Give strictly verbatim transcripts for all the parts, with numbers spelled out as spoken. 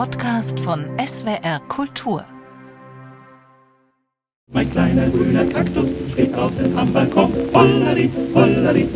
Podcast von S W R Kultur. Mein kleiner grüner Kaktus steht draußen am Balkon. Hollari, hollari,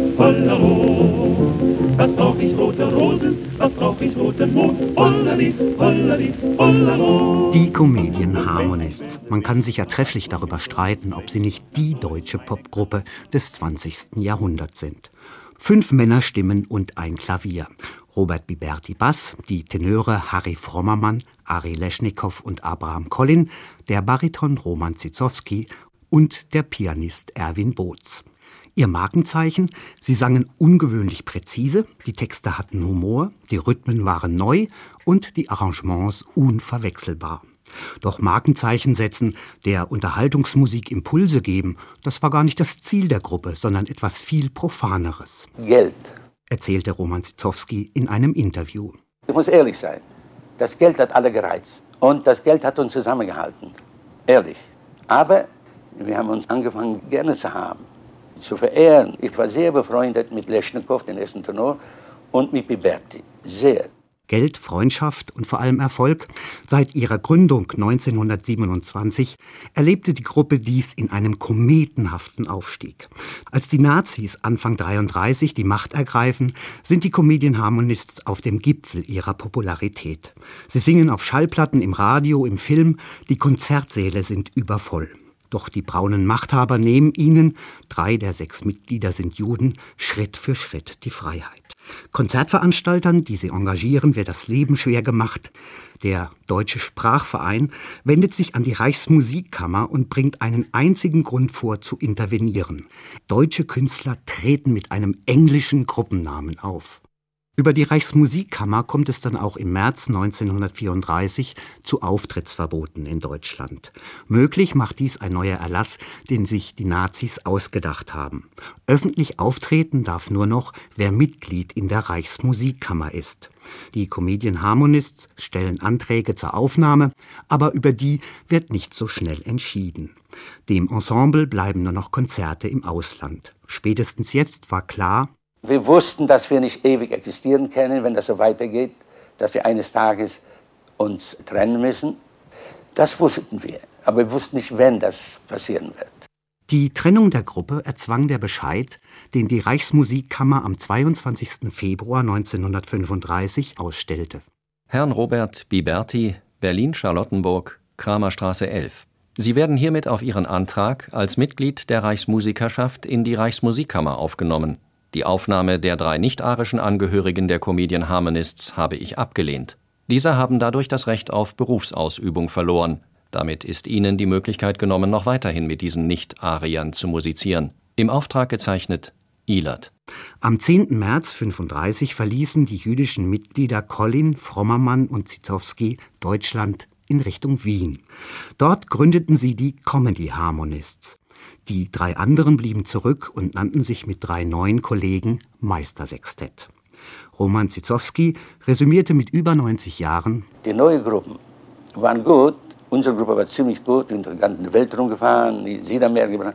hollero. Was brauch ich rote Rosen, was brauch ich roten Mond. Hollari, hollari, hollero. Die Comedian Harmonists. Man kann sich ja trefflich darüber streiten, ob sie nicht die deutsche Popgruppe des zwanzigsten Jahrhunderts sind. Fünf Männerstimmen und ein Klavier. Robert Biberti Bass, die Tenöre Harry Frommermann, Ari Leschnikow und Abraham Collin, der Bariton Roman Zizowski und der Pianist Erwin Boots. Ihr Markenzeichen: sie sangen ungewöhnlich präzise, die Texte hatten Humor, die Rhythmen waren neu und die Arrangements unverwechselbar. Doch Markenzeichen setzen, der Unterhaltungsmusik Impulse geben, das war gar nicht das Ziel der Gruppe, sondern etwas viel Profaneres. Geld, erzählte Roman Zizowski in einem Interview. Ich muss ehrlich sein, das Geld hat alle gereizt und das Geld hat uns zusammengehalten, ehrlich. Aber wir haben uns angefangen, gerne zu haben, zu verehren. Ich war sehr befreundet mit Leschnikow, dem ersten Tenor, und mit Biberti, sehr. Geld, Freundschaft und vor allem Erfolg. Seit ihrer Gründung neunzehnhundertsiebenundzwanzig erlebte die Gruppe dies in einem kometenhaften Aufstieg. Als die Nazis Anfang dreiunddreißig die Macht ergreifen, sind die Comedian Harmonists auf dem Gipfel ihrer Popularität. Sie singen auf Schallplatten, im Radio, im Film, die Konzertsäle sind übervoll. Doch die braunen Machthaber nehmen ihnen, drei der sechs Mitglieder sind Juden, Schritt für Schritt die Freiheit. Konzertveranstaltern, die sie engagieren, wird das Leben schwer gemacht. Der Deutsche Sprachverein wendet sich an die Reichsmusikkammer und bringt einen einzigen Grund vor, zu intervenieren. Deutsche Künstler treten mit einem englischen Gruppennamen auf. Über die Reichsmusikkammer kommt es dann auch im März neunzehnhundertvierunddreißig zu Auftrittsverboten in Deutschland. Möglich macht dies ein neuer Erlass, den sich die Nazis ausgedacht haben. Öffentlich auftreten darf nur noch, wer Mitglied in der Reichsmusikkammer ist. Die Comedian Harmonists stellen Anträge zur Aufnahme, aber über die wird nicht so schnell entschieden. Dem Ensemble bleiben nur noch Konzerte im Ausland. Spätestens jetzt war klar: wir wussten, dass wir nicht ewig existieren können, wenn das so weitergeht, dass wir eines Tages uns trennen müssen. Das wussten wir, aber wir wussten nicht, wenn das passieren wird. Die Trennung der Gruppe erzwang der Bescheid, den die Reichsmusikkammer am zweiundzwanzigsten Februar neunzehnhundertfünfunddreißig ausstellte. Herrn Robert Biberti, Berlin-Charlottenburg, Kramerstraße elf. Sie werden hiermit auf Ihren Antrag als Mitglied der Reichsmusikerschaft in die Reichsmusikkammer aufgenommen. Die Aufnahme der drei nicht-arischen Angehörigen der Comedian Harmonists habe ich abgelehnt. Diese haben dadurch das Recht auf Berufsausübung verloren. Damit ist ihnen die Möglichkeit genommen, noch weiterhin mit diesen Nicht-Ariern zu musizieren. Im Auftrag gezeichnet Ilert. Am zehnten März neunzehnhundertfünfunddreißig verließen die jüdischen Mitglieder Collin, Frommermann und Zizowski Deutschland in Richtung Wien. Dort gründeten sie die Comedy Harmonists. Die drei anderen blieben zurück und nannten sich mit drei neuen Kollegen Meistersextett. Roman Zizowski resümierte mit über neunzig Jahren: Die neuen Gruppen waren gut, unsere Gruppe war ziemlich gut, wir sind in der ganzen Welt rumgefahren, in Südamerika,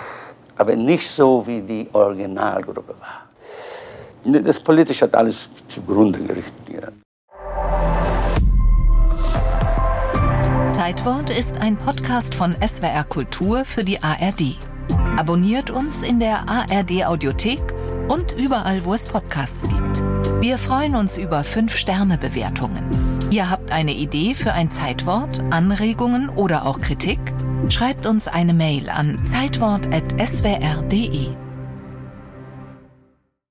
aber nicht so, wie die Originalgruppe war. Das Politische hat alles zugrunde gerichtet. Ja. Zeitwort ist ein Podcast von S W R Kultur für die A R D. Abonniert uns in der A R D-Audiothek und überall, wo es Podcasts gibt. Wir freuen uns über fünf Sterne Bewertungen. Ihr habt eine Idee für ein Zeitwort, Anregungen oder auch Kritik? Schreibt uns eine Mail an zeitwort at s w r punkt d e.